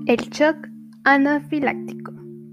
El shock anafiláctico.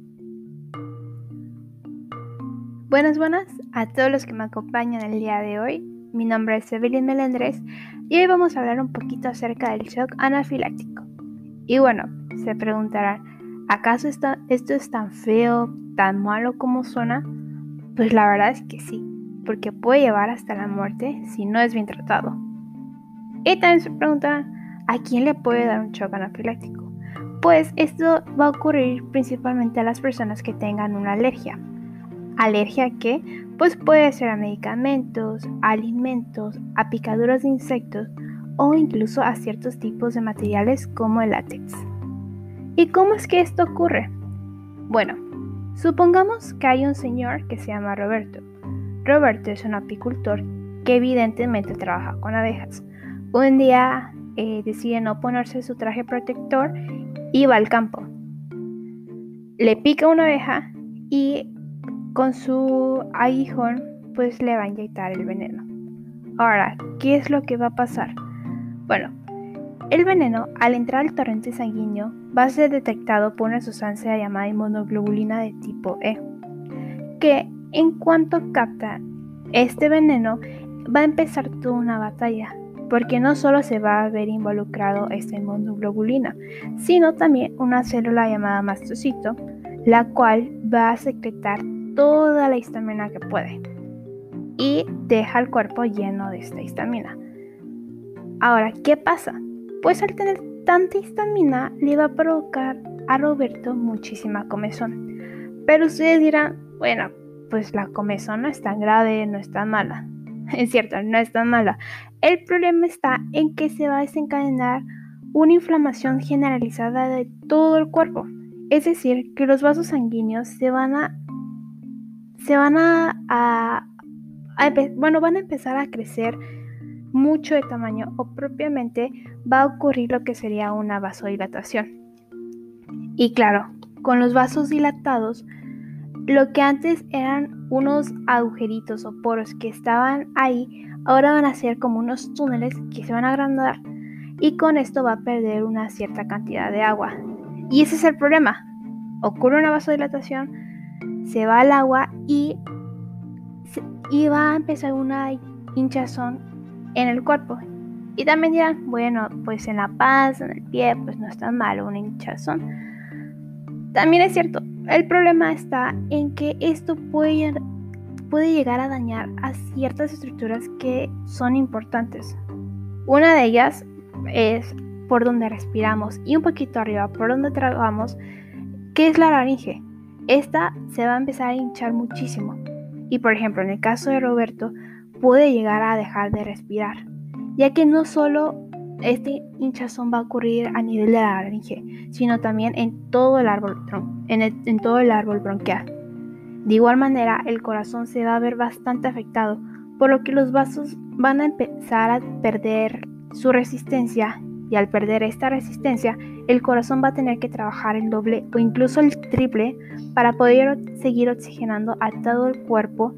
Buenas a todos los que me acompañan el día de hoy. Mi nombre es Evelyn Melendres y hoy vamos a hablar un poquito acerca del shock anafiláctico. Y bueno, se preguntarán, ¿acaso esto es tan feo, tan malo como suena? Pues la verdad es que sí, porque puede llevar hasta la muerte si no es bien tratado. Y también se preguntarán, ¿a quién le puede dar un shock anafiláctico? Pues esto va a ocurrir principalmente a las personas que tengan una alergia. ¿Alergia a qué? Pues puede ser a medicamentos, a alimentos, a picaduras de insectos o incluso a ciertos tipos de materiales como el látex. ¿Y cómo es que esto ocurre? Bueno, supongamos que hay un señor que se llama Roberto. Roberto es un apicultor que evidentemente trabaja con abejas. Un día decide no ponerse su traje protector y va al campo. Le pica una abeja y con su aguijón pues le va a inyectar el veneno. Ahora, ¿qué es lo que va a pasar? Bueno, el veneno al entrar al torrente sanguíneo va a ser detectado por una sustancia llamada inmunoglobulina de tipo E, que en cuanto capta este veneno va a empezar toda una batalla, porque no solo se va a ver involucrado esta inmunoglobulina, sino también una célula llamada mastocito, la cual va a secretar toda la histamina que puede y deja el cuerpo lleno de esta histamina. Ahora, ¿qué pasa? Pues al tener tanta histamina le va a provocar a Roberto muchísima comezón. Pero ustedes dirán, bueno, pues la comezón no es tan grave, no es tan mala. Es cierto, no es tan mala. El problema está en que se va a desencadenar una inflamación generalizada de todo el cuerpo. Es decir, que los vasos sanguíneos van a empezar a crecer mucho de tamaño o propiamente va a ocurrir lo que sería una vasodilatación. Y claro, con los vasos dilatados, lo que antes eran unos agujeritos o poros que estaban ahí, ahora van a ser como unos túneles que se van a agrandar y con esto va a perder una cierta cantidad de agua. Y ese es el problema. Ocurre una vasodilatación, se va el agua y va a empezar una hinchazón en el cuerpo. Y también dirán, bueno, pues en la panza, en el pie, pues no es tan malo una hinchazón. También es cierto, el problema está en que esto puede llegar a dañar a ciertas estructuras que son importantes. Una de ellas es por donde respiramos y un poquito arriba por donde tragamos, que es la laringe. Esta se va a empezar a hinchar muchísimo. Y por ejemplo, en el caso de Roberto, puede llegar a dejar de respirar, ya que no solo este hinchazón va a ocurrir a nivel de la laringe, sino también en todo el árbol en todo el árbol bronquial. De igual manera, el corazón se va a ver bastante afectado, por lo que los vasos van a empezar a perder su resistencia, y al perder esta resistencia, el corazón va a tener que trabajar el doble o incluso el triple para poder seguir oxigenando a todo el cuerpo,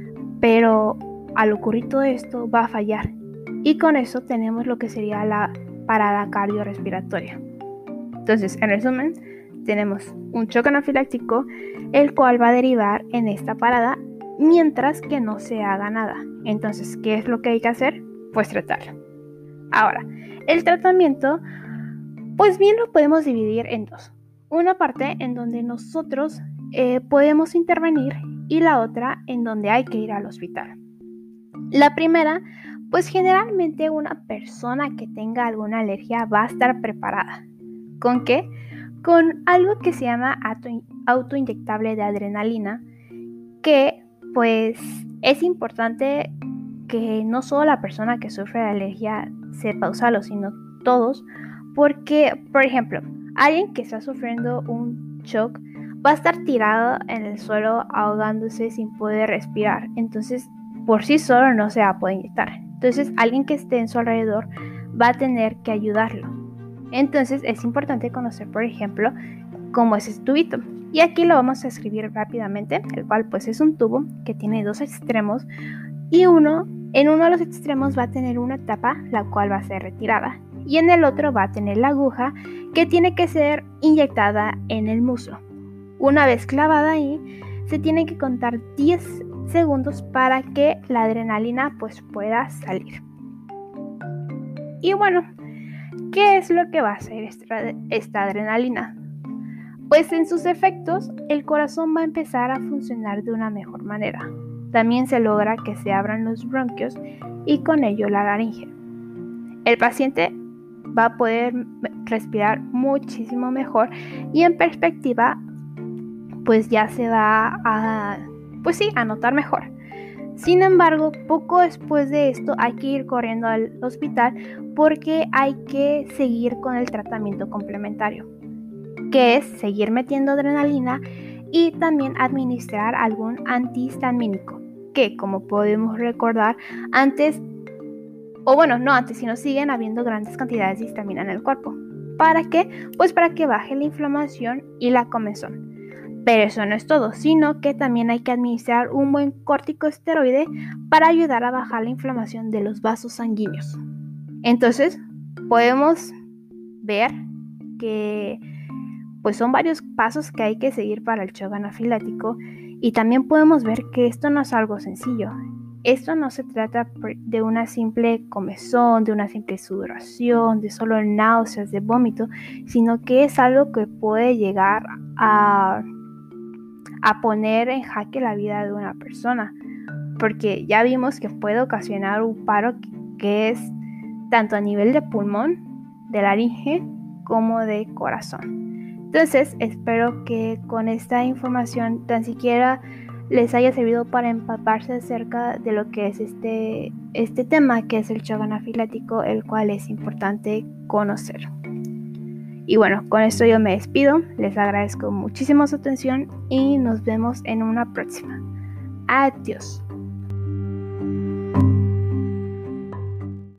pero al ocurrir todo esto va a fallar. Y con eso tenemos lo que sería la parada cardiorrespiratoria. Entonces, en resumen, tenemos un shock anafiláctico, el cual va a derivar en esta parada mientras que no se haga nada. Entonces, ¿qué es lo que hay que hacer? Pues tratarlo. Ahora, el tratamiento, pues bien lo podemos dividir en dos. Una parte en donde nosotros podemos intervenir y la otra en donde hay que ir al hospital. La primera, pues generalmente una persona que tenga alguna alergia va a estar preparada. ¿Con qué? Con algo que se llama autoinyectable de adrenalina, que pues es importante que no solo la persona que sufre de alergia sepa usarlo, sino todos, porque, por ejemplo, alguien que está sufriendo un shock va a estar tirado en el suelo ahogándose sin poder respirar, entonces por sí solo no se va a poder inyectar. Entonces alguien que esté en su alrededor va a tener que ayudarlo. Entonces es importante conocer, por ejemplo, cómo es ese tubito. Y aquí lo vamos a escribir rápidamente, el cual pues es un tubo que tiene dos extremos y en uno de los extremos va a tener una tapa, la cual va a ser retirada. y en el otro va a tener la aguja que tiene que ser inyectada en el muslo. Una vez clavada ahí, se tiene que contar 10 segundos para que la adrenalina pues pueda salir. Y bueno, ¿qué es lo que va a hacer esta adrenalina? Pues en sus efectos, el corazón va a empezar a funcionar de una mejor manera. También se logra que se abran los bronquios y con ello la laringe. El paciente va a poder respirar muchísimo mejor y en perspectiva pues ya se va a notar mejor. Sin embargo, poco después de esto hay que ir corriendo al hospital porque hay que seguir con el tratamiento complementario, que es seguir metiendo adrenalina y también administrar algún antihistamínico, que como podemos recordar sino siguen habiendo grandes cantidades de histamina en el cuerpo. ¿Para qué? Pues para que baje la inflamación y la comezón. Pero eso no es todo, sino que también hay que administrar un buen corticosteroide para ayudar a bajar la inflamación de los vasos sanguíneos. Entonces, podemos ver que pues son varios pasos que hay que seguir para el shock anafilático y también podemos ver que esto no es algo sencillo. Esto no se trata de una simple comezón, de una simple sudoración, de solo náuseas, de vómito, sino que es algo que puede llegar a poner en jaque la vida de una persona, porque ya vimos que puede ocasionar un paro que es tanto a nivel de pulmón, de laringe, como de corazón. Entonces, espero que con esta información tan siquiera les haya servido para empaparse acerca de lo que es este tema, que es el shock anafilático, el cual es importante conocer. Y bueno, con esto yo me despido, les agradezco muchísimo su atención y nos vemos en una próxima. Adiós.